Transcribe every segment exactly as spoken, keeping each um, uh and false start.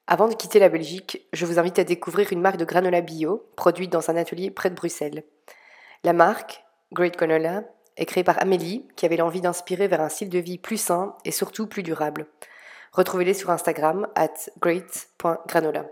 Avant de quitter la Belgique, je vous invite à découvrir une marque de granola bio, produite dans un atelier près de Bruxelles. La marque, Great Granola, est créée par Amélie, qui avait l'envie d'inspirer vers un style de vie plus sain et surtout plus durable. Retrouvez-les sur Instagram at great point granola.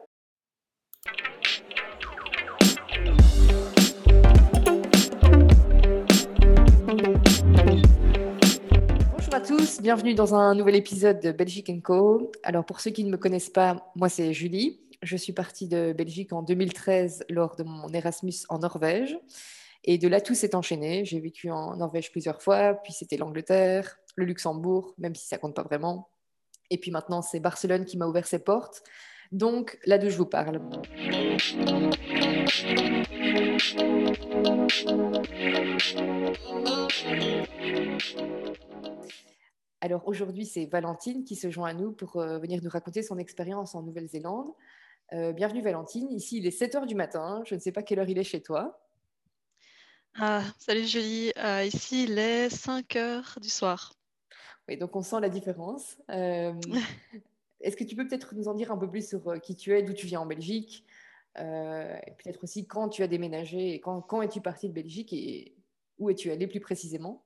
Bonjour à tous, bienvenue dans un nouvel épisode de Belgique and Co. Alors pour ceux qui ne me connaissent pas, moi c'est Julie. Je suis partie de Belgique en deux mille treize lors de mon Erasmus en Norvège. Et de là, tout s'est enchaîné. J'ai vécu en Norvège plusieurs fois, puis c'était l'Angleterre, le Luxembourg, même si ça compte pas vraiment. Et puis maintenant, c'est Barcelone qui m'a ouvert ses portes. Donc là d'où je vous parle. Alors aujourd'hui, c'est Valentine qui se joint à nous pour euh, venir nous raconter son expérience en Nouvelle-Zélande. Euh, bienvenue Valentine, ici il est sept heures du matin, je ne sais pas quelle heure il est chez toi. Ah, salut Julie. Euh, ici, il est cinq heures du soir. Oui, donc on sent la différence. Euh, est-ce que tu peux peut-être nous en dire un peu plus sur euh, qui tu es, d'où tu viens en Belgique, euh, et peut-être aussi quand tu as déménagé et quand, quand es-tu partie de Belgique et où es-tu allé plus précisément?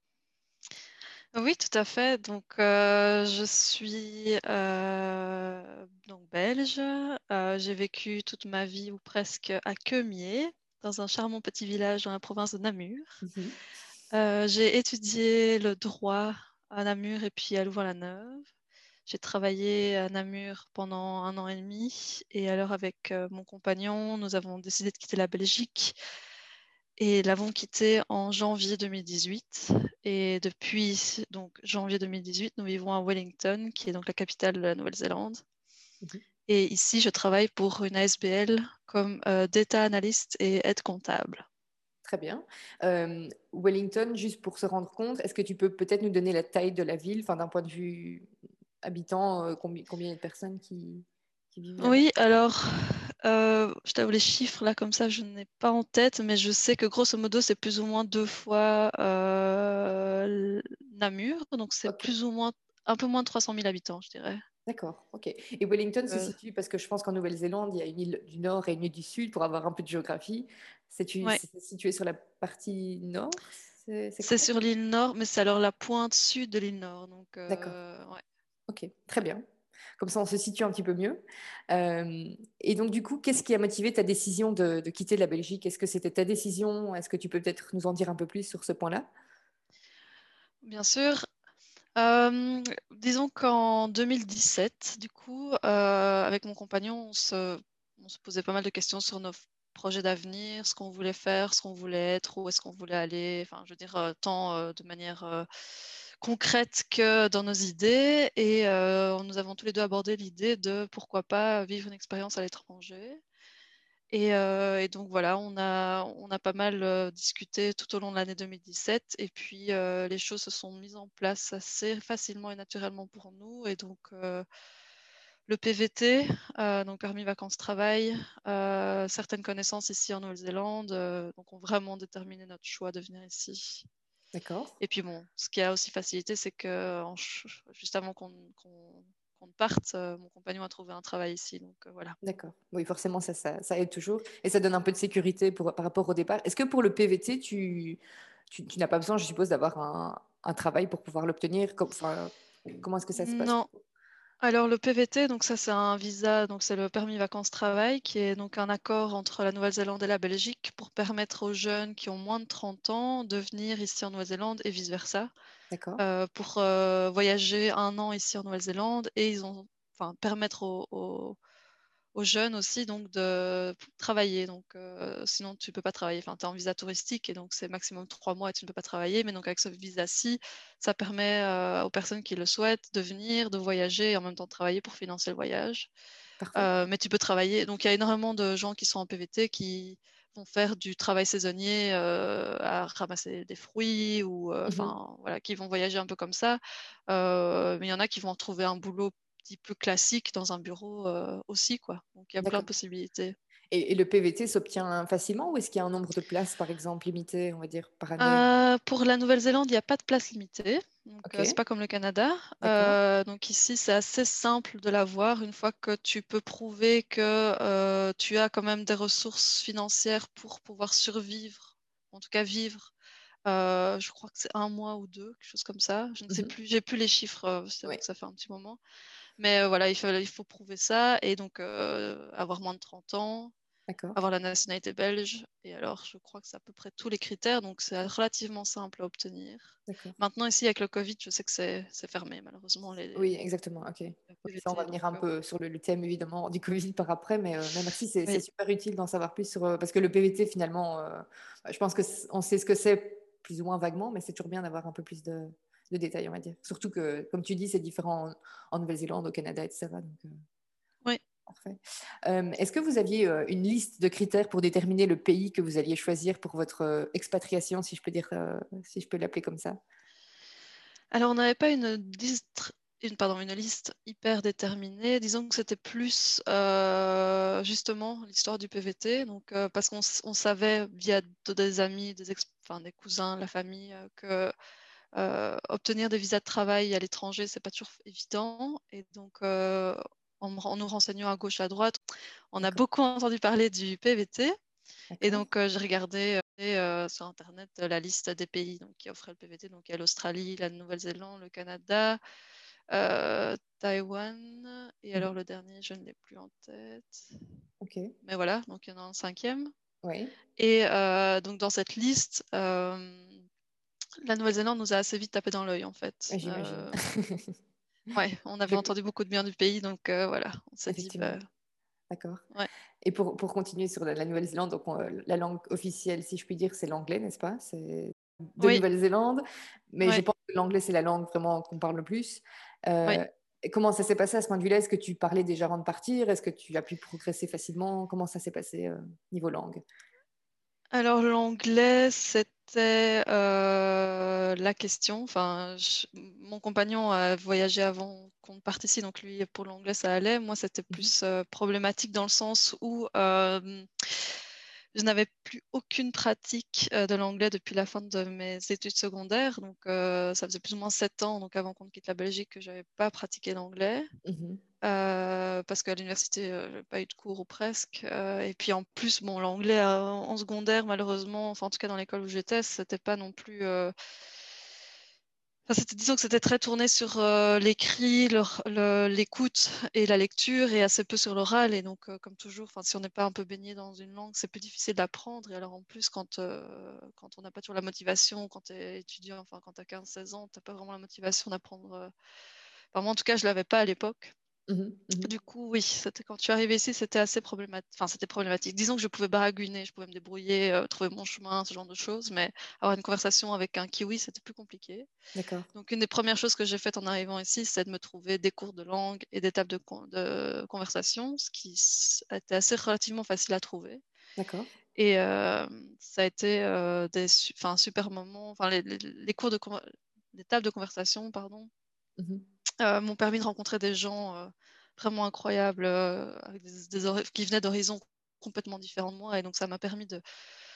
Oui, tout à fait. Donc, euh, je suis euh, donc belge. Euh, j'ai vécu toute ma vie ou presque à Queumiers, dans un charmant petit village dans la province de Namur. Mhm. Euh, j'ai étudié le droit à Namur et puis à Louvain-la-Neuve. J'ai travaillé à Namur pendant un an et demi et alors avec euh, mon compagnon, nous avons décidé de quitter la Belgique et l'avons quitté en janvier deux mille dix-huit. Et depuis donc janvier deux mille dix-huit, nous vivons à Wellington, qui est donc la capitale de la Nouvelle-Zélande. Mhm. Et ici, je travaille pour une A S B L comme euh, data analyst et aide comptable. Très bien. Euh, Wellington, juste pour se rendre compte, est-ce que tu peux peut-être nous donner la taille de la ville, enfin d'un point de vue habitant, euh, combi- combien il y a de personnes qui, qui vivent là-bas? Oui, alors, euh, je t'avoue, les chiffres là comme ça, je n'ai pas en tête, mais je sais que grosso modo, c'est plus ou moins deux fois euh, Namur, donc c'est Ok, plus ou moins un peu moins de trois cent mille habitants, je dirais. d'accord, ok. Et Wellington se Euh, situe, parce que je pense qu'en Nouvelle-Zélande, il y a une île du Nord et une île du Sud, pour avoir un peu de géographie. C'est une- ouais. c'est situé sur la partie nord, c'est c'est C'est correct? sur l'île Nord, mais c'est alors la pointe sud de l'île Nord. Donc, D'accord, euh, ouais. ok, très bien. Comme ça, on se situe un petit peu mieux. Euh, et donc, du coup, qu'est-ce qui a motivé ta décision de, de quitter la Belgique? Est-ce que c'était ta décision? Est-ce que tu peux peut-être nous en dire un peu plus sur ce point-là? Bien sûr. Euh, disons qu'en deux mille dix-sept, du coup, euh, avec mon compagnon, on se, on se posait pas mal de questions sur nos projets d'avenir, ce qu'on voulait faire, ce qu'on voulait être, où est-ce qu'on voulait aller. Enfin, je veux dire, euh, tant euh, de manière euh, concrète que dans nos idées. Et euh, nous avons tous les deux abordé l'idée de pourquoi pas vivre une expérience à l'étranger. Et, euh, et donc voilà, on a, on a pas mal euh, discuté tout au long de l'année deux mille dix-sept et puis euh, les choses se sont mises en place assez facilement et naturellement pour nous. Et donc euh, le P V T, euh, donc permis vacances-travail, euh, certaines connaissances ici en Nouvelle-Zélande, euh, donc ont vraiment déterminé notre choix de venir ici. D'accord. Et puis bon, ce qui a aussi facilité, c'est que en ch- juste avant qu'on qu'on- qu'on parte, euh, mon compagnon a trouvé un travail ici. Donc euh, voilà. D'accord. Oui, forcément, ça, ça, ça aide toujours. Et ça donne un peu de sécurité pour, par rapport au départ. Est-ce que pour le P V T, tu, tu, tu n'as pas besoin, je suppose, d'avoir un, un travail pour pouvoir l'obtenir? Comme- enfin, comment est-ce que ça se passe? Non. Alors le P V T, donc ça c'est un visa, donc c'est le permis vacances-travail, qui est donc un accord entre la Nouvelle-Zélande et la Belgique pour permettre aux jeunes qui ont moins de trente ans de venir ici en Nouvelle-Zélande et vice-versa, D'accord. euh, pour euh, voyager un an ici en Nouvelle-Zélande et ils ont, enfin, permettre aux, aux- aux jeunes aussi donc de travailler. Donc euh, sinon tu peux pas travailler. Enfin, tu es en visa touristique et donc c'est maximum trois mois et tu ne peux pas travailler. Mais donc avec ce visa-ci, ça permet euh, aux personnes qui le souhaitent de venir, de voyager et en même temps de travailler pour financer le voyage. Parfait. Euh, mais tu peux travailler. Donc il y a énormément de gens qui sont en P V T qui vont faire du travail saisonnier euh, à ramasser des fruits ou euh, Mhm. enfin voilà, qui vont voyager un peu comme ça. Euh, mais il y en a qui vont trouver un boulot petit peu classique dans un bureau euh, aussi, quoi. Donc il y a plein de D'accord. possibilités. Et, et le P V T s'obtient facilement ou est-ce qu'il y a un nombre de places, par exemple, limité, on va dire, par année? Euh, pour la Nouvelle-Zélande, il n'y a pas de place limitée. Donc, Ok, euh, c'est pas comme le Canada. d'accord. Euh, donc ici, c'est assez simple de l'avoir une fois que tu peux prouver que euh, tu as quand même des ressources financières pour pouvoir survivre, en tout cas vivre. Euh, je crois que c'est un mois ou deux, quelque chose comme ça. Je ne sais Mhm. plus, j'ai plus les chiffres, euh, c'est vrai Oui, que ça fait un petit moment. Mais euh, voilà, il faut, il faut prouver ça et donc euh, avoir moins de trente ans, d'accord, avoir la nationalité belge. Et alors, je crois que c'est à peu près tous les critères, donc c'est relativement simple à obtenir. d'accord. Maintenant, ici, avec le Covid, je sais que c'est c'est fermé, malheureusement, les, Oui, exactement. Ok. la Oui, ça, on va P V T. Donc, venir un euh, peu sur le, le thème évidemment du Covid par après, mais, euh, mais merci, c'est c'est oui, super utile d'en savoir plus sur euh, parce que le P V T finalement, euh, bah, je pense que c- on sait ce que c'est plus ou moins vaguement, mais c'est toujours bien d'avoir un peu plus de, de détails, on va dire. Surtout que, comme tu dis, c'est différent en, en Nouvelle-Zélande, au Canada, et cetera. Donc, euh, oui. parfait. Euh, est-ce que vous aviez euh, une liste de critères pour déterminer le pays que vous alliez choisir pour votre euh, expatriation, si je peux dire, euh, si je peux l'appeler comme ça? Alors, on n'avait pas une, dist- une, pardon, une liste hyper déterminée. Disons que c'était plus euh, justement l'histoire du P V T. Donc, euh, parce qu'on s- on savait via de- des amis, des, ex- enfin, des cousins, la famille, euh, que euh, obtenir des visas de travail à l'étranger, c'est pas toujours évident. Et donc, euh, en, me- en nous renseignant à gauche, à droite, on a D'accord, beaucoup entendu parler du P V T. Et d'accord. donc, euh, j'ai regardé euh, sur Internet euh, la liste des pays donc, qui offraient le P V T. Donc, il y a l'Australie, la Nouvelle-Zélande, le Canada, euh, Taïwan. Et Mhm. alors, le dernier, je ne l'ai plus en tête. Ok, Mais voilà, donc il y en a un cinquième. oui, Et euh, donc, dans cette liste, euh, la Nouvelle-Zélande nous a assez vite tapé dans l'œil, en fait. j'imagine. Euh, ouais, on avait Je- entendu beaucoup de bien du pays. Donc, euh, voilà, on s'est dit, Effectivement, bah, d'accord. ouais. Et pour, pour continuer sur la, la Nouvelle-Zélande, donc on- la langue officielle, si je puis dire, c'est l'anglais, n'est-ce pas? C'est de Oui, Nouvelle-Zélande, mais je ouais, pense que l'anglais, c'est la langue vraiment qu'on parle le plus. oui. Euh, et comment ça s'est passé à ce point de vue-là? Est-ce que tu parlais déjà avant de partir? Est-ce que tu as pu progresser facilement? Comment ça s'est passé euh, niveau langue? Alors l'anglais, c'était euh, la question. Enfin, je- mon compagnon a voyagé avant qu'on parte ici, donc lui, pour l'anglais, ça allait. Moi, c'était Mhm, plus euh, problématique dans le sens où euh, je n'avais plus aucune pratique euh, de l'anglais depuis la fin de mes études secondaires. Donc, euh, ça faisait plus ou moins sept ans, donc avant qu'on quitte la Belgique, que j'avais pas pratiqué l'anglais. mhm, Euh, parce qu'à l'université, euh, j'ai pas eu de cours ou presque. Euh, et puis en plus, bon, l'anglais euh, en secondaire, malheureusement, enfin en tout cas dans l'école où j'étais, c'était pas non plus. euh, Enfin, c'était, disons que c'était très tourné sur euh, l'écrit, le- le- l'écoute et la lecture, et assez peu sur l'oral. Et donc, euh, comme toujours, enfin, si on n'est pas un peu baigné dans une langue, c'est plus difficile d'apprendre. Et alors en plus, quand, euh, quand on n'a pas toujours la motivation, quand tu es étudiant, enfin quand tu as quinze seize ans, tu n'as pas vraiment la motivation d'apprendre. euh, Enfin, moi, en tout cas, je l'avais pas à l'époque. mhm, mhm. Du coup, oui, c'était quand tu arrivais ici, c'était assez problématique. Enfin, c'était problématique. Disons que je pouvais baragouiner, je pouvais me débrouiller, euh, trouver mon chemin, ce genre de choses, mais avoir une conversation avec un kiwi, c'était plus compliqué. D'accord, Donc, une des premières choses que j'ai faites en arrivant ici, c'est de me trouver des cours de langue et des tables de, con- de conversation, ce qui s- a été assez relativement facile à trouver. d'accord. Et euh, ça a été euh, des su- enfin, super moments. Enfin, les, les- les cours de con- les tables de conversation, pardon, Mhm, euh, m'ont permis de rencontrer des gens euh, vraiment incroyables euh, avec des, des hori- qui venaient d'horizons complètement différents de moi. Et donc, ça m'a permis de,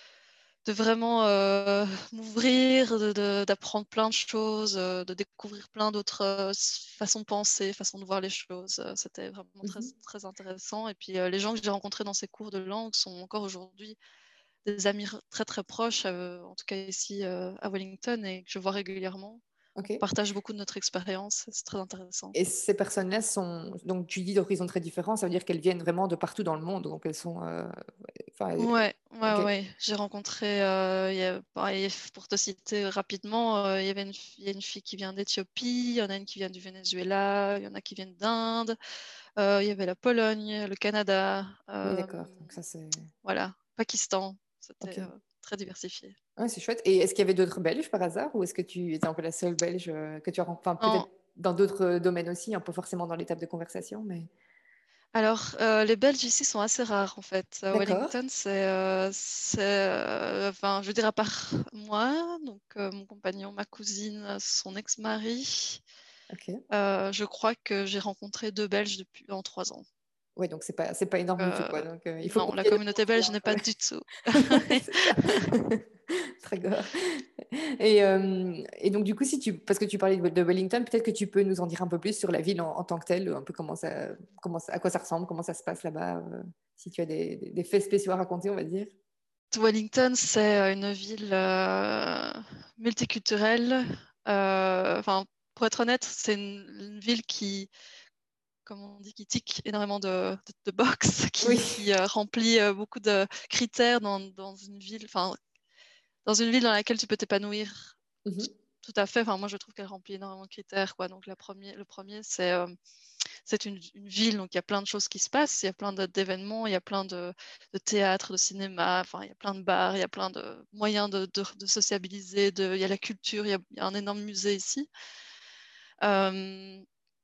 de vraiment euh, m'ouvrir, de- de- d'apprendre plein de choses, euh, de découvrir plein d'autres euh, s- façons de penser, façons de voir les choses. Euh, C'était vraiment très, mhm. très intéressant. Et puis, euh, les gens que j'ai rencontrés dans ces cours de langue sont encore aujourd'hui des amis r- très, très proches, euh, en tout cas ici euh, à Wellington, et que je vois régulièrement. Ok. On partage beaucoup de notre expérience. C'est très intéressant. Et ces personnes-là sont, donc tu dis d'horizons très différents, ça veut dire qu'elles viennent vraiment de partout dans le monde, donc elles sont, euh, enfin, euh, Ouais, ouais, ok, ouais. J'ai rencontré, euh, il y a- pareil, pour te citer rapidement, euh, il y avait une, fi- il y a une fille qui vient d'Éthiopie, il y en a une qui vient du Venezuela, il y en a qui viennent d'Inde, euh, il y avait la Pologne, le Canada, oui, euh, d'accord, donc ça c'est, voilà, Pakistan. C'était ok, euh, très diversifié. ouais, c'est chouette. Et est-ce qu'il y avait d'autres Belges par hasard, ou est-ce que tu étais un peu la seule Belge euh, que tu as, ren- enfin Non, peut-être dans d'autres euh, domaines aussi, un peu forcément dans l'étape de conversation, mais alors euh, les Belges ici sont assez rares en fait. À d'accord, Wellington, c'est, euh, c'est, euh, enfin, je veux dire à part moi, donc euh, mon compagnon, ma cousine, son ex-mari. ok, Euh, je crois que j'ai rencontré deux Belges depuis en trois ans. Ouais, donc c'est pas, c'est pas énorme du tout, quoi. Euh, Donc, euh, il faut non, la compter le communauté belge confiance. n'est pas du tout. Ouais, c'est ça. Très gore. Et, euh, et donc, du coup, si tu, parce que tu parlais de, de Wellington, peut-être que tu peux nous en dire un peu plus sur la ville en, en tant que telle, un peu comment ça, comment ça- à quoi ça ressemble, comment ça se passe là-bas, euh, si tu as des, des- des faits spéciaux à raconter, on va dire. Wellington, c'est euh, une ville euh, multiculturelle. Euh, Enfin, pour être honnête, c'est une, une ville qui, comme on dit, qui tique énormément de, de, de box, Oui. qui, qui euh, remplit euh, beaucoup de critères dans, dans une ville, enfin, dans une ville dans laquelle tu peux t'épanouir Mhm. tout à fait. Enfin, moi, je trouve qu'elle remplit énormément de critères, quoi. Donc, la premier, le premier, c'est euh, c'est une, une ville, donc il y a plein de choses qui se passent, il y a plein de- d'événements, il y a plein de, de théâtres, de cinéma, enfin, il y a plein de bars, il y a plein de moyens de, de, de sociabiliser, de, il y a la culture, il y a, il y a un énorme musée ici. Euh,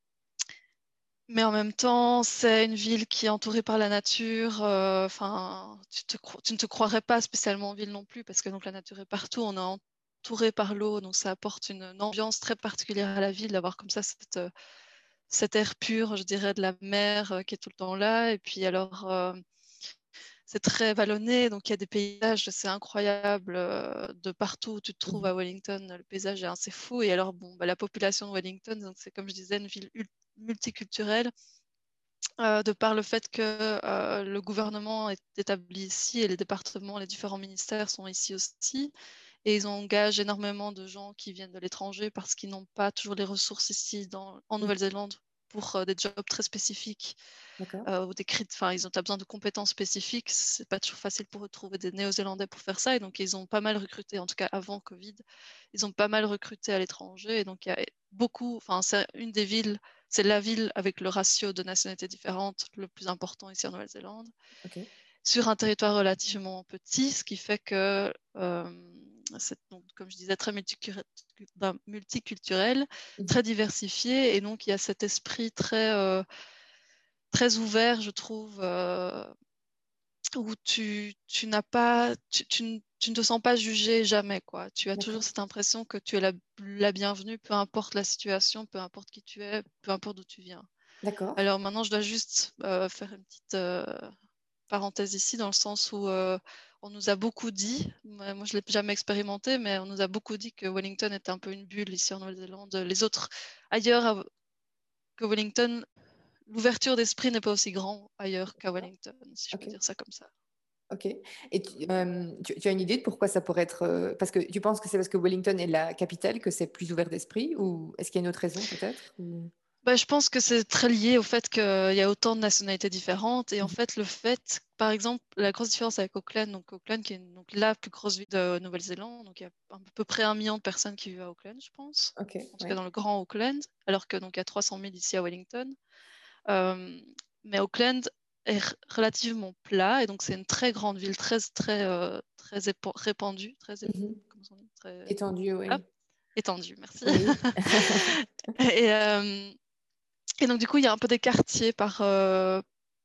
mais en même temps, c'est une ville qui est entourée par la nature. euh, Enfin, tu, te cro- tu ne te croirais pas spécialement en ville non plus, parce que donc la nature est partout. On est entouré par l'eau, donc ça apporte une, une ambiance très particulière à la ville d'avoir comme ça cette, euh, cet air pur, je dirais, de la mer euh, qui est tout le temps là. Et puis alors, euh, c'est très vallonné, donc il y a des paysages, c'est incroyable euh, de partout où tu te trouves Mhm. à Wellington. Le paysage est assez fou. Et alors, bon, bah, la population de Wellington, donc c'est comme je disais, une ville ul- multiculturelle, euh, de par le fait que euh, le gouvernement est établi ici et les départements, les différents ministères sont ici aussi. Et ils engagent énormément de gens qui viennent de l'étranger parce qu'ils n'ont pas toujours les ressources ici dans, en Mhm. Nouvelle-Zélande pour euh, des jobs très spécifiques D'accord. euh, ou des crit- enfin, ils ont t'as besoin de compétences spécifiques. C'est pas toujours facile pour eux de trouver des Néo-Zélandais pour faire ça. Et donc, ils ont pas mal recruté, en tout cas avant Covid, ils ont pas mal recruté à l'étranger. Et donc, il y a beaucoup, enfin, c'est une des villes, c'est la ville avec le ratio de nationalités différentes le plus important ici en Nouvelle-Zélande, Ok. sur un territoire relativement petit, ce qui fait que euh, c'est donc, comme je disais, très multicul- ben, multiculturel, Mhm. très diversifié, et donc il y a cet esprit très, euh, très ouvert, je trouve, euh, où tu, tu n'as pas, tu, tu ne tu ne te sens pas jugé jamais, quoi. Tu as toujours D'accord. cette impression que tu es la, la bienvenue, peu importe la situation, peu importe qui tu es, peu importe d'où tu viens. D'accord. Alors maintenant, je dois juste euh, faire une petite euh, parenthèse ici, dans le sens où euh, on nous a beaucoup dit, moi moi, je ne l'ai jamais expérimenté, mais on nous a beaucoup dit que Wellington était un peu une bulle ici en Nouvelle-Zélande. Les autres, ailleurs à- que Wellington, l'ouverture d'esprit n'est pas aussi grand ailleurs qu'à Wellington, si je peux Ok. dire ça comme ça. Ok. Et tu, euh, tu- tu as une idée de pourquoi ça pourrait être... euh, parce que tu penses que c'est parce que Wellington est la capitale que c'est plus ouvert d'esprit ou est-ce qu'il y a une autre raison peut-être ou- Bah, je pense que c'est très lié au fait qu'il y a autant de nationalités différentes, et en Mhm. fait le fait, par exemple, la grosse différence avec Auckland, donc Auckland qui est donc la plus grosse ville de Nouvelle-Zélande, donc il y a à peu près un million de personnes qui vivent à Auckland, je pense, Ok, en tout cas ouais. dans le grand Auckland, alors que donc il y a trois cent mille ici à Wellington. Euh, mais Auckland est r- relativement plat, et donc c'est une très grande ville, très très euh, très épa- répandue, très ép- Mhm. comment on dit, très Étendu, ah, oui. étendue, merci. Oui. Et, euh, et donc du coup il y a un peu des quartiers par euh,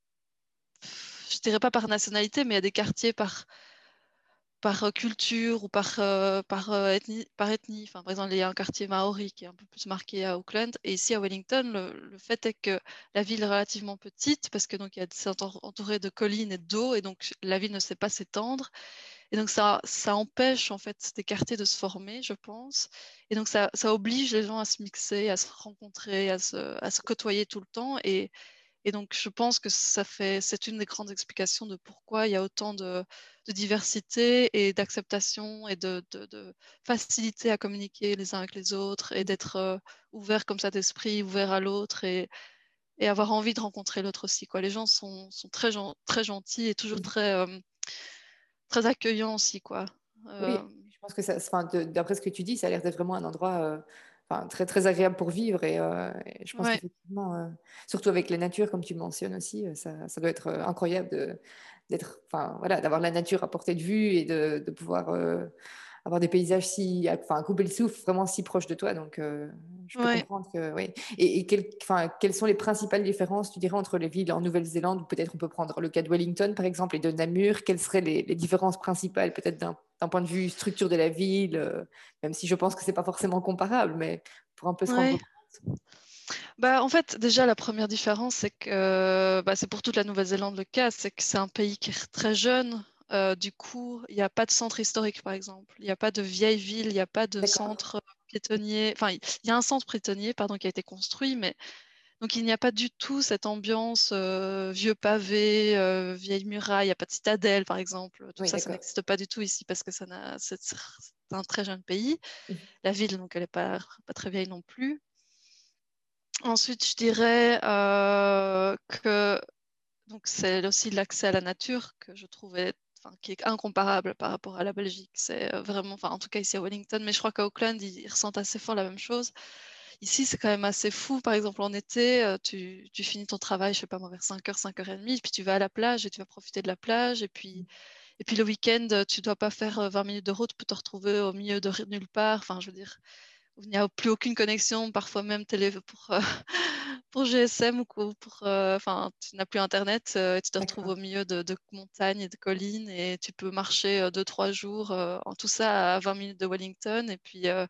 je dirais pas par nationalité, mais il y a des quartiers par, par euh, culture ou par, euh, par, euh, ethnie, par ethnie. Enfin, par exemple, il y a un quartier maori qui est un peu plus marqué à Auckland. Et ici, à Wellington, le, le fait est que la ville est relativement petite parce que donc, il y a, c'est entour- entouré de collines et d'eau, et donc la ville ne sait pas s'étendre. Et donc, ça, ça empêche en fait des quartiers de se former, je pense. Et donc, ça, ça oblige les gens à se mixer, à se rencontrer, à se, à se côtoyer tout le temps. Et et donc, je pense que ça fait, c'est une des grandes explications de pourquoi il y a autant de, de diversité et d'acceptation et de, de- de facilité à communiquer les uns avec les autres, et d'être euh, ouvert comme ça d'esprit, ouvert à l'autre, et, et avoir envie de rencontrer l'autre aussi, quoi. Les gens sont, sont très, gen- très gentils et toujours très, euh, très accueillants aussi, quoi. Oui, Euh, je pense que ça, enfin, de- d'après ce que tu dis, ça a l'air d'être vraiment un endroit euh, enfin, très, très agréable pour vivre. Et, euh, et je pense ouais, qu'effectivement, euh, surtout avec la nature, comme tu le mentionnes aussi, euh, ça, ça doit être euh, incroyable de, d'être, enfin, voilà, d'avoir la nature à portée de vue et de, de pouvoir euh, avoir des paysages si, enfin, couper le souffle vraiment si proche de toi. Donc, euh, je peux ouais. comprendre que, oui. Et, et quel- enfin, quelles sont les principales différences, tu dirais, entre les villes en Nouvelle-Zélande, ou peut-être on peut prendre le cas de Wellington, par exemple, et de Namur, quelles seraient les, les différences principales, peut-être d'un d'un point de vue structure de la ville, euh, même si je pense que c'est pas forcément comparable, mais pour un peu se rendre Ouais. compte. Bah, en fait, déjà, la première différence, c'est que euh, bah, c'est pour toute la Nouvelle-Zélande le cas, c'est que c'est un pays qui est très jeune. Euh, du coup, il n'y a pas de centre historique, par exemple. Il n'y a pas de vieille ville, il n'y a pas de D'accord. centre piétonnier. Enfin, il y a un centre piétonnier, pardon, qui a été construit, mais donc il n'y a pas du tout cette ambiance euh, vieux pavé, euh, vieille muraille. Il n'y a pas de citadelle, par exemple. Tout Oui, ça, ça d'accord. n'existe pas du tout ici parce que ça n'a, c'est c'est un très jeune pays. Mhm. La ville, donc, elle n'est pas, pas très vieille non plus. Ensuite, je dirais euh, que donc c'est aussi l'accès à la nature que je trouvais, enfin, qui est incomparable par rapport à la Belgique. C'est euh, vraiment, enfin, en tout cas ici à Wellington, mais je crois qu'à Auckland, ils, ils ressentent assez fort la même chose. Ici, c'est quand même assez fou. Par exemple, en été, euh, tu, tu finis ton travail, je sais pas moi, vers cinq heures, cinq heures trente, puis tu vas à la plage et tu vas profiter de la plage. Et puis, et puis le week-end, euh, tu dois pas faire euh, vingt minutes de route pour te retrouver au milieu de nulle part. Enfin, je veux dire, où il n'y a plus aucune connexion, parfois même télé pour, euh, pour G S M ou co- pour, euh, enfin, tu n'as plus Internet euh, et tu te retrouves D'accord. au milieu de, de montagnes et de collines et tu peux marcher euh, deux, trois jours euh, en tout ça à vingt minutes de Wellington. Et puis, euh,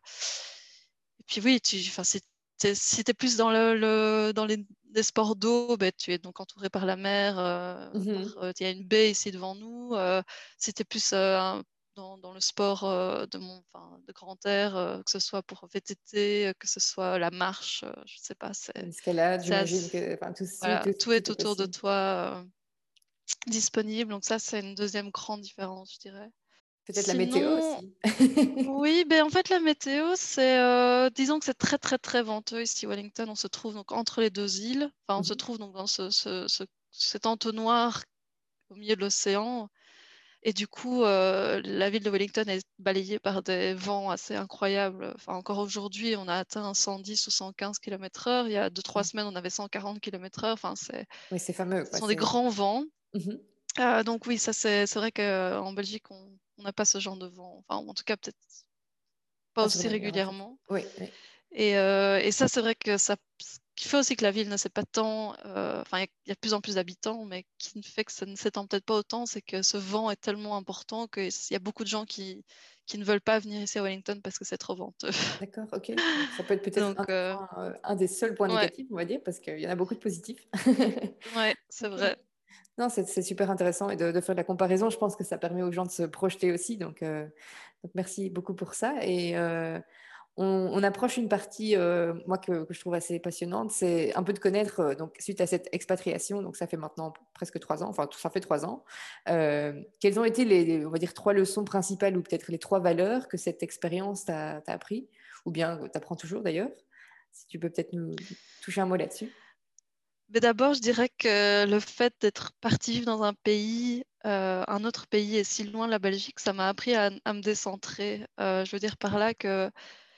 et puis oui, tu, enfin, si tu si es plus dans, le, le- dans les, les sports d'eau, ben, tu es donc entouré par la mer. euh, par, Mhm. euh, il y a une baie ici devant nous. Euh, si tu es plus euh, un- dans, dans le sport euh, de, mon, enfin, de grand air, euh, que ce soit pour V T T, euh, que ce soit la marche, euh, je sais pas, c'est, L'escalade, c'est j'imagine assez- que enfin, tout, tout, voilà, tout, tout tout est est autour de possible. toi euh, disponible. Donc ça, c'est une deuxième grande différence, je dirais. Peut-être la météo Sinon, aussi. oui, ben en fait, la météo, c'est, euh, disons que c'est très, très, très venteux ici, Wellington. On se trouve donc entre les deux îles. Enfin, on se Mhm. trouve donc dans ce, ce- ce- cet entonnoir au milieu de l'océan. Et du coup, euh, la ville de Wellington est balayée par des vents assez incroyables. Enfin, encore aujourd'hui, on a atteint cent dix ou cent quinze kilomètres heure. Il y a deux, trois Ouais. semaines, on avait cent quarante kilomètres heure. Enfin, c'est, Oui, c'est fameux, ce quoi. sont des C'est... grands vents. Mhm. Euh, donc oui, ça c'est c'est vrai qu'en Belgique, on on n'a pas ce genre de vent. Enfin, en tout cas, peut-être pas Pas sur aussi la mer, en tout cas. régulièrement. Oui, oui. Et, euh, et ça, c'est vrai que ça, ce qui fait aussi que la ville ne s'est pas tant, euh, enfin, il y, a il y a de plus en plus d'habitants, mais qui ne fait que ça ne s'étend peut-être pas autant, c'est que ce vent est tellement important qu'il y a beaucoup de gens qui, qui ne veulent pas venir ici à Wellington parce que c'est trop venteux. D'accord, ok. Donc, ça peut être peut-être un Donc, des euh, points, euh, un des seuls points ouais, négatifs, on va dire, parce qu'il y en a beaucoup de positifs. ouais, c'est Ok. vrai. Non, c'est c'est super intéressant et de, de faire de la comparaison, je pense que ça permet aux gens de se projeter aussi. Donc, euh, donc merci beaucoup pour ça. Et euh, on, on approche une partie, euh, moi, que, que je trouve assez passionnante, c'est un peu de connaître, euh, donc, suite à cette expatriation, donc ça fait maintenant presque trois ans, enfin, tout- ça fait trois ans, euh, quelles ont été les, les, on va dire, trois leçons principales ou peut-être les trois valeurs que cette expérience t'a t'a appris, ou bien t'apprends toujours d'ailleurs, si tu peux peut-être nous toucher un mot là-dessus. Mais d'abord, je dirais que le fait d'être parti vivre dans un pays, euh, un autre pays et si loin de la Belgique, ça m'a appris à, à me décentrer. Euh, je veux dire par là que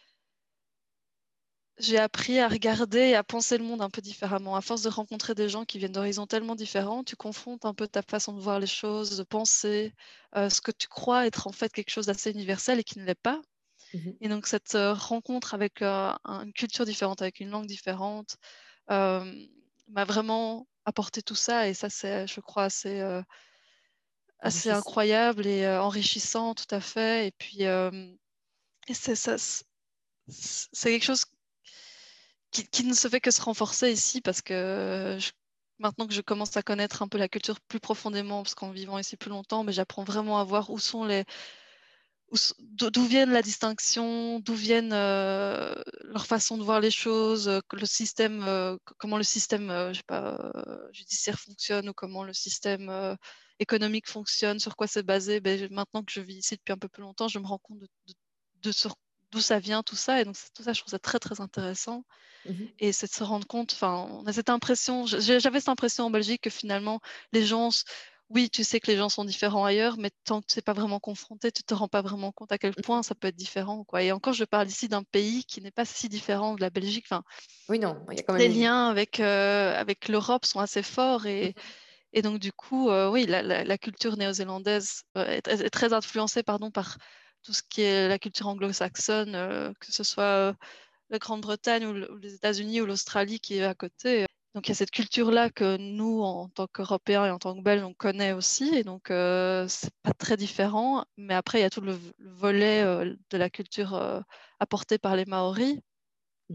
j'ai appris à regarder et à penser le monde un peu différemment. À force de rencontrer des gens qui viennent d'horizons tellement différents, tu confrontes un peu ta façon de voir les choses, de penser, euh, ce que tu crois être en fait quelque chose d'assez universel et qui ne l'est pas. Mhm. Et donc cette euh, rencontre avec euh, un- une culture différente, avec une langue différente, euh, m'a vraiment apporté tout ça. Et ça, c'est, je crois, assez, euh, assez Enrichissant. incroyable et euh, enrichissant, tout à fait. Et puis, euh, et c'est ça, c'est c'est quelque chose qui, qui ne se fait que se renforcer ici parce que euh, je- maintenant que je commence à connaître un peu la culture plus profondément, parce qu'en vivant ici plus longtemps, mais j'apprends vraiment à voir où sont les, où s- d'où d'où viennent la distinction, d'où viennent euh, leur façon de voir les choses, euh, que le système, euh, c- comment le système, euh, je sais pas, euh, judiciaire fonctionne ou comment le système euh, économique fonctionne, sur quoi c'est basé. Ben, je- maintenant que je vis ici depuis un peu plus longtemps, je me rends compte de, de, de sur- d'où ça vient, tout ça. Et donc, c'est- tout ça, je trouve ça très, très intéressant. Mhm. Et c'est de se rendre compte, enfin, on a cette impression, j'ai- j'avais cette impression en Belgique que finalement, les gens, s- oui, tu sais que les gens sont différents ailleurs, mais tant que tu n'es pas vraiment confronté, tu te rends pas vraiment compte à quel point ça peut être différent, quoi. Et encore, je parle ici d'un pays qui n'est pas si différent de la Belgique. Enfin, Oui, non, il y a quand même les une... liens avec, euh, avec l'Europe sont assez forts et, Mhm. et donc, du coup, euh, oui, la, la- la culture néo-zélandaise euh, est, est très influencée, pardon, par tout ce qui est la culture anglo-saxonne, euh, que ce soit euh, la Grande-Bretagne ou, le- ou les États-Unis ou l'Australie qui est à côté. Donc il y a cette culture-là que nous, en tant qu'Européens et en tant que Belges, on connaît aussi. Et donc euh, c'est pas très différent. Mais après, il y a tout le, le volet euh, de la culture euh, apportée par les Maoris. Mhm.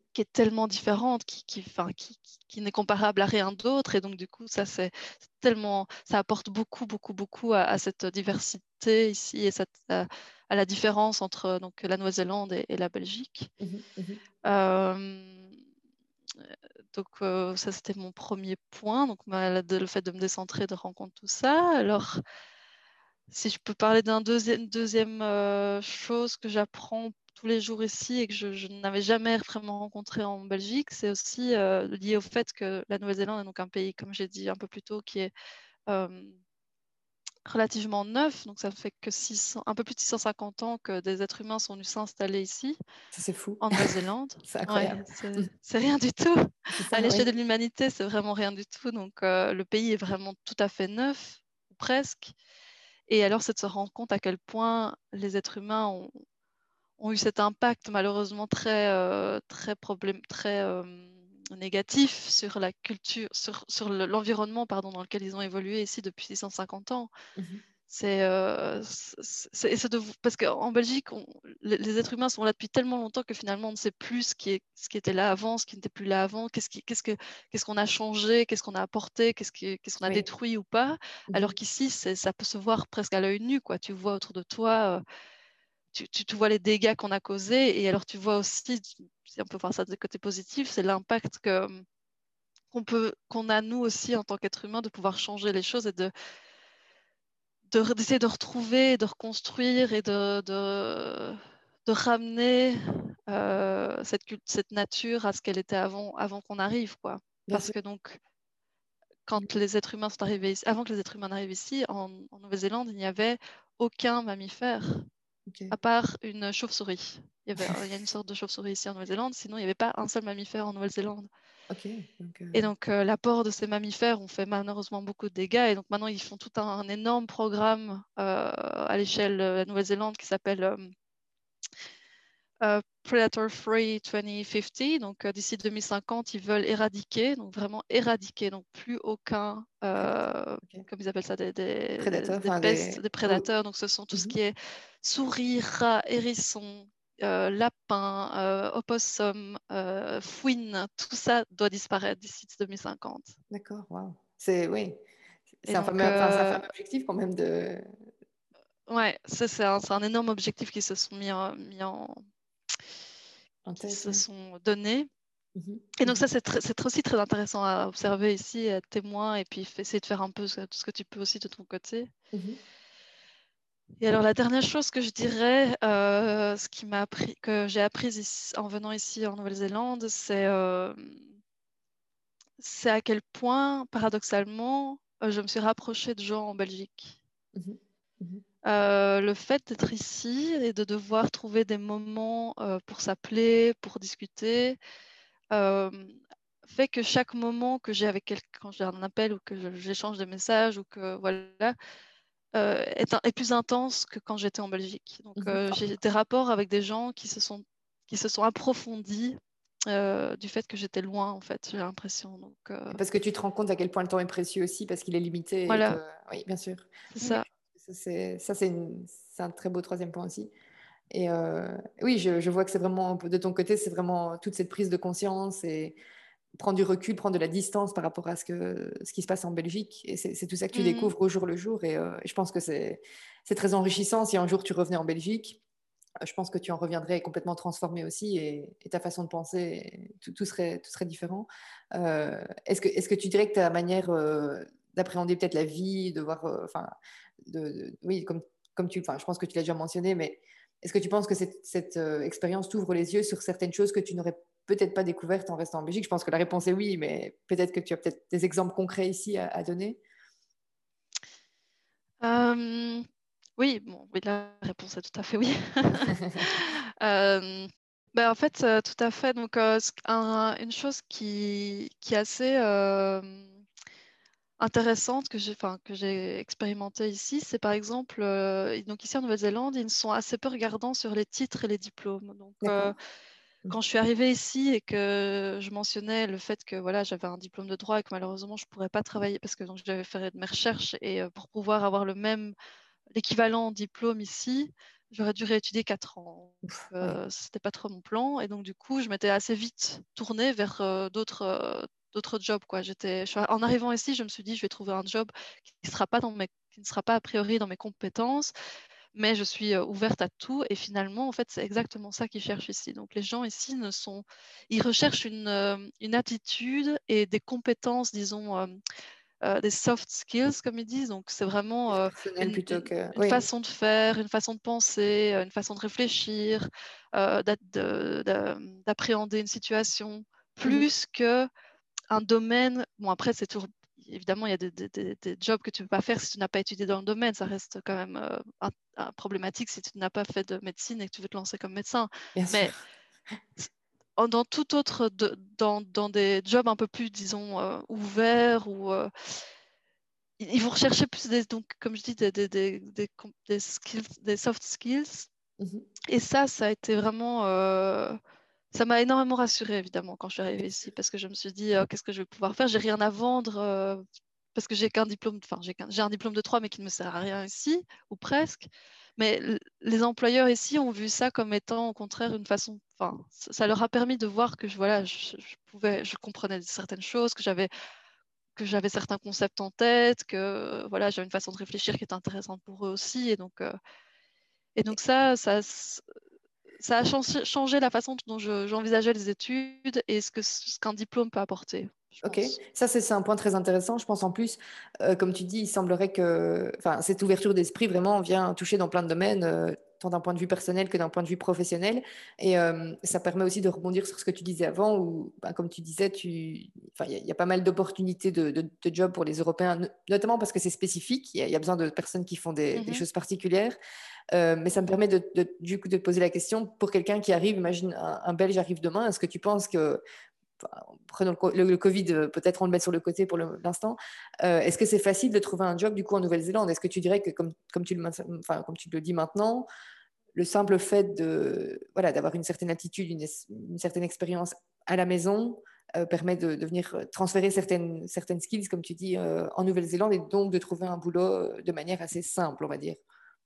qui est tellement différente, qui, qui, enfin, qui, qui, qui n'est comparable à rien d'autre. Et donc, du coup, ça, c'est tellement, ça apporte beaucoup, beaucoup, beaucoup à, à cette diversité ici et cette, à, à la différence entre donc, la Nouvelle-Zélande et, et la Belgique. Mhm, mhm. Euh, donc, euh, ça, c'était mon premier point. Donc, ma- de- le fait de me décentrer, de rencontrer tout ça. Alors, si je peux parler d'un deuxième, deuxième euh, chose que j'apprends tous les jours ici et que je, je n'avais jamais vraiment rencontré en Belgique, c'est aussi euh, lié au fait que la Nouvelle-Zélande est donc un pays, comme j'ai dit un peu plus tôt, qui est euh, relativement neuf. Donc ça fait que six cents, un peu plus de six cent cinquante ans que des êtres humains sont venus s'installer ici, Ça, c'est fou. en Nouvelle-Zélande. C'est Ouais, incroyable. c'est Mhm. c'est rien du tout. C'est À ça, l'échelle de oui. l'humanité, c'est vraiment rien du tout. Donc euh, le pays est vraiment tout à fait neuf, ou presque. Et alors, c'est de se rendre compte à quel point les êtres humains ont, ont eu cet impact malheureusement très, euh, très, problème, très euh, négatif sur la culture, sur, sur le- l'environnement pardon, dans lequel ils ont évolué ici depuis six cent cinquante ans. Mhm. C'est, euh, c'est, c'est- c'est de- parce qu'en Belgique, on- les, les êtres humains sont là depuis tellement longtemps que finalement, on ne sait plus ce qui est, ce qui était là avant, ce qui n'était plus là avant, qu'est-ce qui, qu'est-ce que, qu'est-ce qu'on a changé, qu'est-ce qu'on a apporté, qu'est-ce qui- qu'est-ce qu'on a Oui. détruit ou pas. Alors Mhm. qu'ici, c'est, ça peut se voir presque à l'œil nu, quoi. Tu vois autour de toi, euh, tu, tu, tu vois les dégâts qu'on a causés, et alors tu vois aussi, si on peut voir ça du côté positif, c'est l'impact que qu'on peut, qu'on a nous aussi en tant qu'être humain de pouvoir changer les choses et de de- d'essayer de retrouver, de reconstruire et de, de, de ramener euh, cette, cult- cette nature à ce qu'elle était avant, avant qu'on arrive, quoi. Bien Parce sûr. que donc, quand les êtres humains sont arrivés ici, avant que les êtres humains n'arrivent ici, en, en Nouvelle-Zélande, il n'y avait aucun mammifère, Ok. à part une chauve-souris. Il y avait, il y a une sorte de chauve-souris ici en Nouvelle-Zélande, sinon il n'y avait pas un seul mammifère en Nouvelle-Zélande. Ok. Donc, Et euh, donc, euh, l'apport de ces mammifères ont fait malheureusement beaucoup de dégâts. Et donc, maintenant, ils font tout un, un énorme programme euh, à l'échelle de la Nouvelle-Zélande qui s'appelle euh, euh, Predator Free deux mille cinquante. Donc, euh, d'ici deux mille cinquante, ils veulent éradiquer, donc vraiment éradiquer, donc plus aucun, prédateur. euh, Ok. comme ils appellent ça, des, des, des- Prédateur, des enfin pestes, des. des Oh. prédateurs. Donc, ce sont tout ce Mhm. qui est souris, rats, hérissons, euh, lapins, euh, opossums, euh, fouines, tout ça doit disparaître d'ici deux mille cinquante. D'accord. Waouh. C'est oui. Et C'est un donc, fameux, enfin, c'est un euh, fameux objectif quand même de ouais, ça, c'est un, c'est un énorme objectif qui se sont mis en, mis en, en qui tête. se Oui. sont donnés. Mhm. Et donc Mhm. ça, c'est tr- c'est aussi très intéressant à observer ici, à être témoin, et puis f- essayer de faire un peu ce, tout ce que tu peux aussi de ton côté. Mhm. Et alors la dernière chose que je dirais, euh, ce qui m'a appris, que j'ai appris ici- en venant ici en Nouvelle-Zélande, c'est euh, c'est à quel point, paradoxalement, euh, je me suis rapprochée de gens en Belgique. Mhm. Mhm. Euh, le fait d'être ici et de devoir trouver des moments euh, pour s'appeler, pour discuter, euh, fait que chaque moment que j'ai avec quelqu'un, quand j'ai un appel ou que je- j'échange des messages ou que voilà, euh, est, un- est plus intense que quand j'étais en Belgique. Donc Mhm. euh, j'ai des rapports avec des gens qui se sont, qui se sont approfondis euh, du fait que j'étais loin, en fait, j'ai l'impression. Donc euh, Et parce que tu te rends compte à quel point le temps est précieux aussi, parce qu'il est limité et que, voilà, oui, bien sûr. c'est Oui, oui, ça. ça, c'est ça, c'est une- c'est un très beau troisième point aussi. Et euh, oui, je, je vois que c'est vraiment, de ton côté, c'est vraiment toute cette prise de conscience et prendre du recul, prendre de la distance par rapport à ce, que, ce qui se passe en Belgique. Et c'est c'est tout ça que tu Mhm. découvres au jour le jour. Et euh, je pense que c'est c'est très enrichissant. Si un jour tu revenais en Belgique, euh, je pense que tu en reviendrais complètement transformé aussi et, et ta façon de penser, tout, tout serait, tout serait différent. Euh, est-ce que, est-ce que tu dirais que ta manière euh, d'appréhender peut-être la vie, de voir, euh, enfin, de, de- oui, comme, comme tu, enfin, je pense que tu l'as déjà mentionné, mais est-ce que tu penses que cette, cette euh, expérience t'ouvre les yeux sur certaines choses que tu n'aurais peut-être pas découvertes en restant en Belgique? Je pense que la réponse est oui, mais peut-être que tu as peut-être des exemples concrets ici à, à donner. Euh, oui, bon, oui, la réponse est tout à fait oui. Euh, ben, en fait, euh, tout à fait. Donc, euh, ce- un- une chose qui, qui est assez euh, intéressante que j'ai, enfin, que j'ai expérimentée ici, c'est par exemple, euh, donc ici en Nouvelle-Zélande, ils sont assez peu regardants sur les titres et les diplômes. Donc, euh, D'accord. quand je suis arrivée ici et que je mentionnais le fait que voilà, j'avais un diplôme de droit et que malheureusement je ne pourrais pas travailler parce que donc j'avais fait de mes recherches et euh, pour pouvoir avoir le même l'équivalent diplôme ici, j'aurais dû réétudier quatre ans. Donc, Ouf, ouais. euh, c'était pas trop mon plan. Et donc, du coup, je m'étais assez vite tournée vers euh, d'autres euh, d'autres jobs, quoi. J'étais, je suis- en arrivant ici, je me suis dit, je vais trouver un job qui sera pas dans mes, qui ne sera pas a priori dans mes compétences, mais je suis euh, ouverte à tout. Et finalement, en fait, c'est exactement ça qu'ils cherchent ici. Donc, les gens ici ne sont, ils recherchent une, euh, une attitude et des compétences, disons, euh, euh, des soft skills, comme ils disent. Donc, c'est vraiment Plus euh, personnel une, plutôt une- que. une Oui, façon de faire, une façon de penser, euh, une façon de réfléchir, euh, d'a- de- de- d'appréhender une situation, mhm, plus que un domaine. Bon, après, c'est toujours. Évidemment, il y a des, des- des- des jobs que tu ne peux pas faire si tu n'as pas étudié dans le domaine. Ça reste quand même euh, un- un problématique si tu n'as pas fait de médecine et que tu veux te lancer comme médecin. bien sûr. Mais en- dans tout autre, de- dans, dans des jobs un peu plus, disons, euh, ouverts ou euh, ils ils vont rechercher plus des, donc, comme je dis, des, des, des, des, com- des skills, des soft skills. Mhm, Et ça, ça a été vraiment, euh, ça m'a énormément rassurée, évidemment, quand je suis bien arrivée ici, sûr. parce que je me suis dit, euh, qu'est-ce que je vais pouvoir faire? J'ai rien à vendre, euh, parce que j'ai qu'un diplôme, enfin, j'ai qu'un- j'ai un diplôme de trois, mais qui ne me sert à rien ici, ou presque. Mais l- les employeurs ici ont vu ça comme étant, au contraire, une façon, enfin, ça ça leur a permis de voir que je, voilà, je, je pouvais, je comprenais certaines choses, que j'avais que j'avais certains concepts en tête, que voilà, j'avais une façon de réfléchir qui était intéressante pour eux aussi. Et donc, euh, et donc ça, ça, ça a changé, changé la façon dont je- j'envisageais les études et ce que, ce qu'un diplôme peut apporter, je Ok, pense. ça c'est c'est un point très intéressant. Je pense en plus, euh, comme tu dis, il semblerait que enfin, cette ouverture d'esprit vraiment vient toucher dans plein de domaines, euh, tant d'un point de vue personnel que d'un point de vue professionnel. Et euh, ça permet aussi de rebondir sur ce que tu disais avant, où, bah, comme tu disais, tu... enfin, il y, a il y a pas mal d'opportunités de, de, de jobs pour les Européens, no- notamment parce que c'est spécifique. Il y, a il y a besoin de personnes qui font des, des Mhm, choses particulières. Euh, mais ça me mhm. permet de, de- du coup de te poser la question, pour quelqu'un qui arrive, imagine un, un Belge arrive demain, est-ce que tu penses que enfin, prenons le, le- le Covid, euh, peut-être on le met sur le côté pour le- l'instant. Euh, est-ce que c'est facile de trouver un job du coup en Nouvelle-Zélande? Est-ce que tu dirais que comme, comme, tu le, enfin, comme tu le dis maintenant, le simple fait de, voilà, d'avoir une certaine attitude, une, une certaine expérience à la maison euh, permet de, de venir transférer certaines, certaines skills, comme tu dis, euh, en Nouvelle-Zélande et donc de trouver un boulot euh, de manière assez simple, on va dire.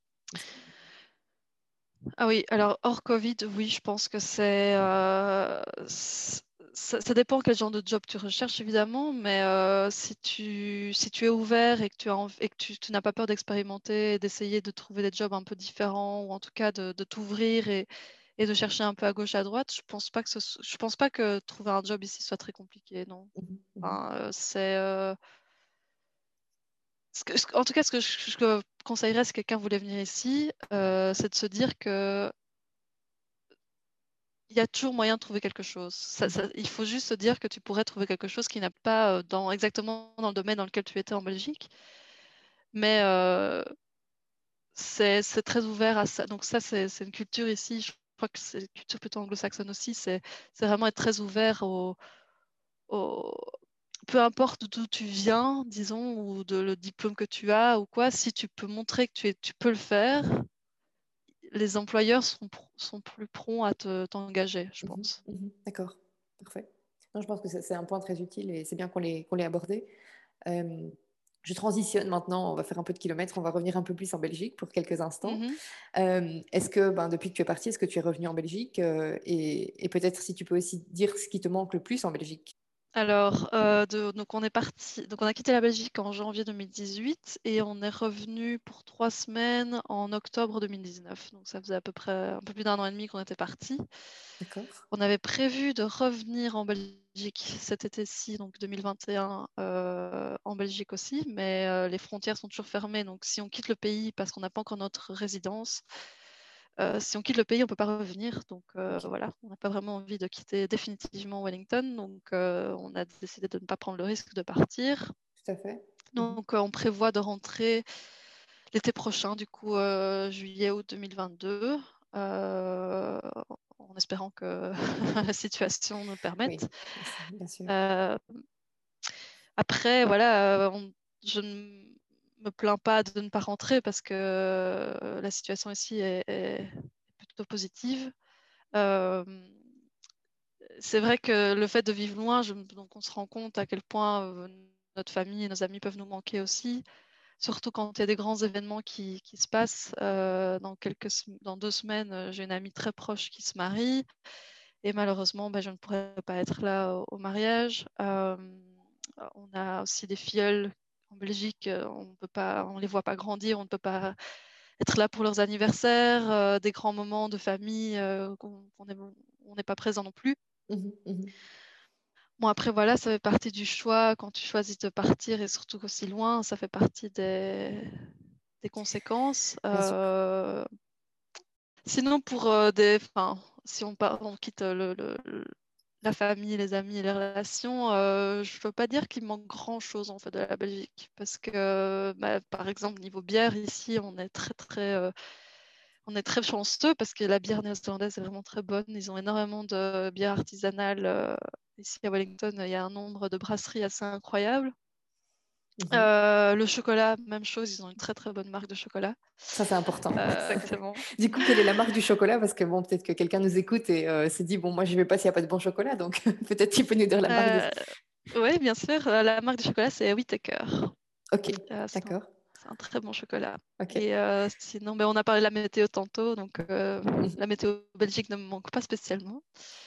Ah oui, alors hors Covid, oui, je pense que c'est, euh, c- ça, ça dépend quel genre de job tu recherches évidemment, mais euh, si tu, si tu es ouvert et que tu as env- et que tu, tu n'as pas peur d'expérimenter, et d'essayer de trouver des jobs un peu différents ou en tout cas de, de t'ouvrir et, et de chercher un peu à gauche à droite, je pense pas que ce so- je pense pas que trouver un job ici soit très compliqué, non. Mhm, mhm. Enfin, euh, c'est euh, ce que- ce- en tout cas ce que je, je que conseillerais si quelqu'un voulait venir ici, euh, c'est de se dire que il y a toujours moyen de trouver quelque chose. Ça- ça- il faut juste se dire que tu pourrais trouver quelque chose qui n'a pas euh, dans, exactement dans le domaine dans lequel tu étais en Belgique, mais euh, c'est c'est très ouvert à ça. Donc ça, c'est c'est une culture ici, je crois que c'est une culture plutôt anglo-saxonne aussi, c'est c'est vraiment être très ouvert au, au- peu importe d'où tu viens, disons, ou de le diplôme que tu as ou quoi, si tu peux montrer que tu es, tu peux le faire, les employeurs sont, pr- sont plus prompts à te, t'engager, je Mhm, pense. mhm. D'accord, parfait. Non, je pense que c'est c'est un point très utile et c'est bien qu'on l'ait qu'on l'ait abordé. Euh, je transitionne maintenant, on va faire un peu de kilomètres, on va revenir un peu plus en Belgique pour quelques instants. Mhm. Euh, est-ce que, ben, depuis que tu es parti, est-ce que tu es revenu en Belgique euh, et, et peut-être si tu peux aussi dire ce qui te manque le plus en Belgique. Alors, euh, de- donc on est parti, donc on a quitté la Belgique en janvier deux mille dix-huit et on est revenu pour trois semaines en octobre deux mille dix-neuf. Donc ça faisait à peu près un peu plus d'un an et demi qu'on était parti. D'accord. On avait prévu de revenir en Belgique cet été-ci, donc deux mille vingt et un, euh, en Belgique aussi, mais euh, les frontières sont toujours fermées. Donc si on quitte le pays parce qu'on n'a pas encore notre résidence, euh, si on quitte le pays, on ne peut pas revenir. Donc euh, Ok. voilà, on n'a pas vraiment envie de quitter définitivement Wellington. Donc euh, on a décidé de ne pas prendre le risque de partir. Tout à fait. Mhm. Donc euh, on prévoit de rentrer l'été prochain, du coup euh, juillet-août deux mille vingt-deux, euh, en espérant que la situation nous le Oui, permette. bien sûr. Euh, Après, voilà, euh, on- je ne me plains pas de ne pas rentrer parce que euh, la situation ici est, est plutôt positive. Euh, c'est vrai que le fait de vivre loin, je- donc on se rend compte à quel point euh, notre famille et nos amis peuvent nous manquer aussi. surtout quand il y a des grands événements qui, qui se passent. Euh, dans, quelques, dans deux semaines, euh, j'ai une amie très proche qui se marie et malheureusement, bah, je ne pourrais pas être là au, au mariage. Euh, on a aussi des filleuls en Belgique, euh, on peut pas, on les voit pas grandir, on ne peut pas être là pour leurs anniversaires, euh, des grands moments de famille, euh, qu'on qu'on est- on n'est pas présent non plus. Mhm, mhm. Bon, après, voilà, ça fait partie du choix quand tu choisis de partir et surtout aussi loin, ça fait partie des, des conséquences. Bien sûr. Euh, Sinon, pour euh, des, enfin, si on, part, on quitte le, le- le- la famille, les amis et les relations, euh, je ne peux pas dire qu'il manque grand-chose en fait de la Belgique. Parce que, bah, par exemple, niveau bière, ici, on est très, très, euh, on est très chanceux parce que la bière néo-zélandaise est vraiment très bonne. Ils ont énormément de bières artisanales. euh, Ici à Wellington, il y a un nombre de brasseries assez incroyable. Mhm. Euh, le chocolat, même chose, ils ont une très très bonne marque de chocolat. Ça, c'est important. Euh, exactement. Du coup, quelle est la marque du chocolat? Parce que bon, peut-être que quelqu'un nous écoute et euh, se dit, bon, moi, je vais pas s'il n'y a pas de bon chocolat, donc peut-être tu peux nous dire la marque de... Euh, oui, bien sûr. euh, La marque de chocolat, c'est Whittaker. Ok, Euh, c'est un, d'accord. c'est un très bon chocolat. Ok. Et euh, sinon, ben, on a parlé de la météo tantôt, donc euh, Mhm. la météo belgique ne me manque pas spécialement.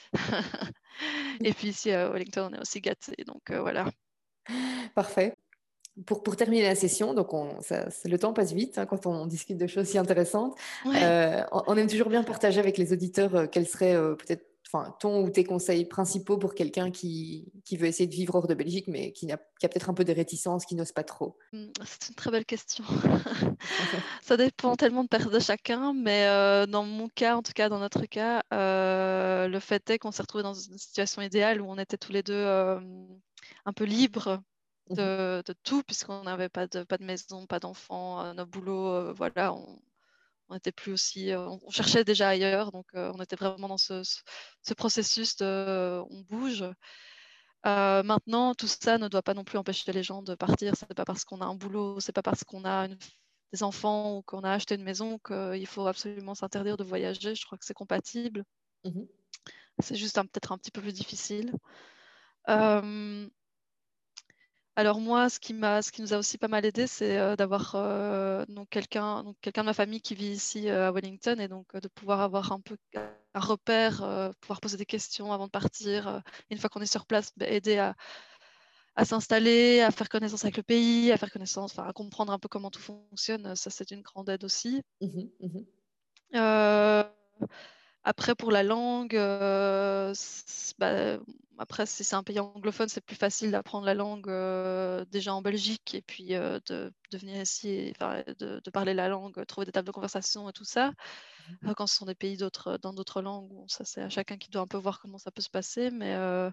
Et puis ici à Wellington, on est aussi gâtés, donc euh, voilà. Parfait. Pour, pour terminer la session, donc on, ça, ça- le temps passe vite hein, quand on discute de choses si intéressantes. Ouais, Euh, on, on aime toujours tout à bien fait. partager avec les auditeurs euh, quels seraient euh, peut-être enfin, ton ou tes conseils principaux pour quelqu'un qui, qui veut essayer de vivre hors de Belgique, mais qui, n'a, qui a peut-être un peu des réticences, qui n'ose pas trop. Hum, C'est une très belle question. Ça dépend tellement de, per- de chacun, mais euh, dans mon cas, en tout cas dans notre cas, euh, le fait est qu'on s'est retrouvés dans une situation idéale où on était tous les deux euh, un peu libres Mhm, de, de tout, puisqu'on n'avait pas de, pas de maison, pas d'enfants, euh, nos boulots, euh, voilà, on, on était plus aussi, euh, on, on cherchait déjà ailleurs, donc euh, on était vraiment dans ce, ce- ce processus de, euh, on bouge. Euh, maintenant, tout ça ne doit pas non plus empêcher les gens de partir. C'est pas parce qu'on a un boulot, c'est pas parce qu'on a une- des enfants ou qu'on a acheté une maison qu'il faut absolument s'interdire de voyager. Je crois que c'est compatible. mhm, C'est juste un- peut-être un petit peu plus difficile. Euh, alors moi, ce qui m'a, ce qui nous a aussi pas mal aidé, c'est euh, d'avoir euh, donc quelqu'un, donc quelqu'un de ma famille qui vit ici euh, à Wellington et donc euh, de pouvoir avoir un peu un repère, euh, pouvoir poser des questions avant de partir. Euh, une fois qu'on est sur place, bah, aider à, à s'installer, à faire connaissance avec le pays, à faire connaissance, enfin à comprendre un peu comment tout fonctionne. Ça, c'est une grande aide aussi. mhm, mhm, Euh, Après, pour la langue, euh, c'est- bah, après, si c'est un pays anglophone, c'est plus facile d'apprendre la langue euh, déjà en Belgique et puis euh, de, de venir ici et enfin, de, de parler la langue, trouver des tables de conversation et tout ça. Euh, quand ce sont des pays d'autres, dans d'autres langues, bon, ça c'est à chacun qui doit un peu voir comment ça peut se passer. Mais euh,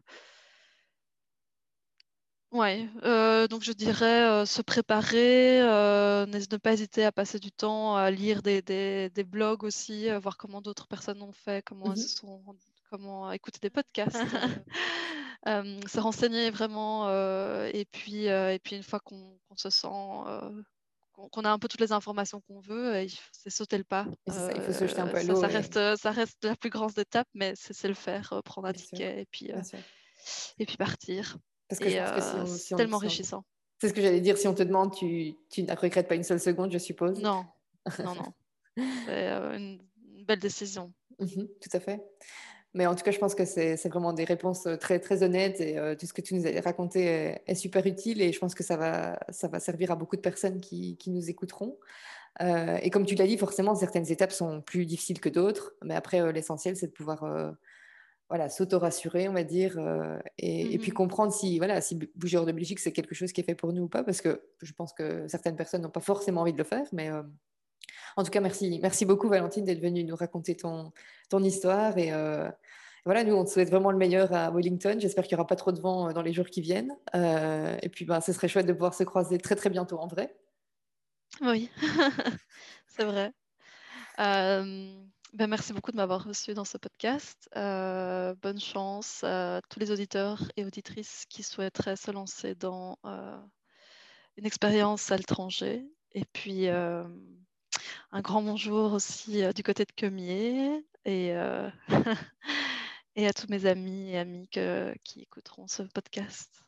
ouais, euh, donc je dirais euh, se préparer, euh, n'hés- ne pas hésiter à passer du temps à lire des, des- des blogs aussi, euh, voir comment d'autres personnes ont fait, comment elles mhm. se sont, rendues- comment écouter des podcasts, euh, euh, se renseigner vraiment, euh, et puis euh, et puis une fois qu'on qu'on se sent euh, qu'on qu'on a un peu toutes les informations qu'on veut, euh, il f- c'est sauter le pas. Et c'est ça, il faut se jeter un Euh, peu à ça, l'eau ça et reste ça reste la plus grande étape, mais c'est c'est le faire, euh, prendre un bien sûr, ticket et puis euh, bien sûr. et puis partir. Parce que je Et pense que si euh, on, si c'est on, tellement si on- enrichissant. c'est ce que j'allais dire, si on te demande, tu, tu ne regrettes pas une seule seconde, je suppose. Non, non, non. C'est euh, une, une belle décision. Mhm, tout à fait. Mais en tout cas, je pense que c'est c'est vraiment des réponses euh, très, très honnêtes et euh, tout ce que tu nous as raconté est, est super utile et je pense que ça va, ça va servir à beaucoup de personnes qui, qui nous écouteront. Euh, et comme tu l'as dit, forcément, certaines étapes sont plus difficiles que d'autres, mais après, euh, l'essentiel, c'est de pouvoir euh, voilà, s'auto-rassurer, on va dire, euh, et, et puis Mhm. comprendre si, voilà, si bouger hors de Belgique, c'est quelque chose qui est fait pour nous ou pas, parce que je pense que certaines personnes n'ont pas forcément envie de le faire, mais euh, en tout cas, merci, merci beaucoup Valentine d'être venue nous raconter ton, ton histoire. Et euh, voilà, nous, on te souhaite vraiment le meilleur à Wellington. J'espère qu'il n'y aura pas trop de vent euh, dans les jours qui viennent. Euh, et puis, ben, ce serait chouette de pouvoir se croiser très, très bientôt en vrai. Oui, c'est vrai. Euh, ben merci beaucoup de m'avoir reçu dans ce podcast. Euh, bonne chance à tous les auditeurs et auditrices qui souhaiteraient se lancer dans euh, une expérience à l'étranger. Et puis, euh, un grand bonjour aussi euh, du côté de Quemier et, euh, et à tous mes amis et amis que- qui écouteront ce podcast.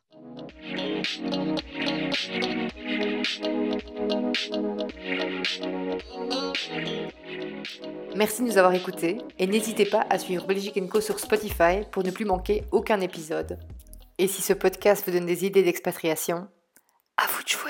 Merci de nous avoir écoutés et n'hésitez pas à suivre Belgique and Co sur Spotify pour ne plus manquer aucun épisode. Et si ce podcast vous donne des idées d'expatriation, à vous de jouer!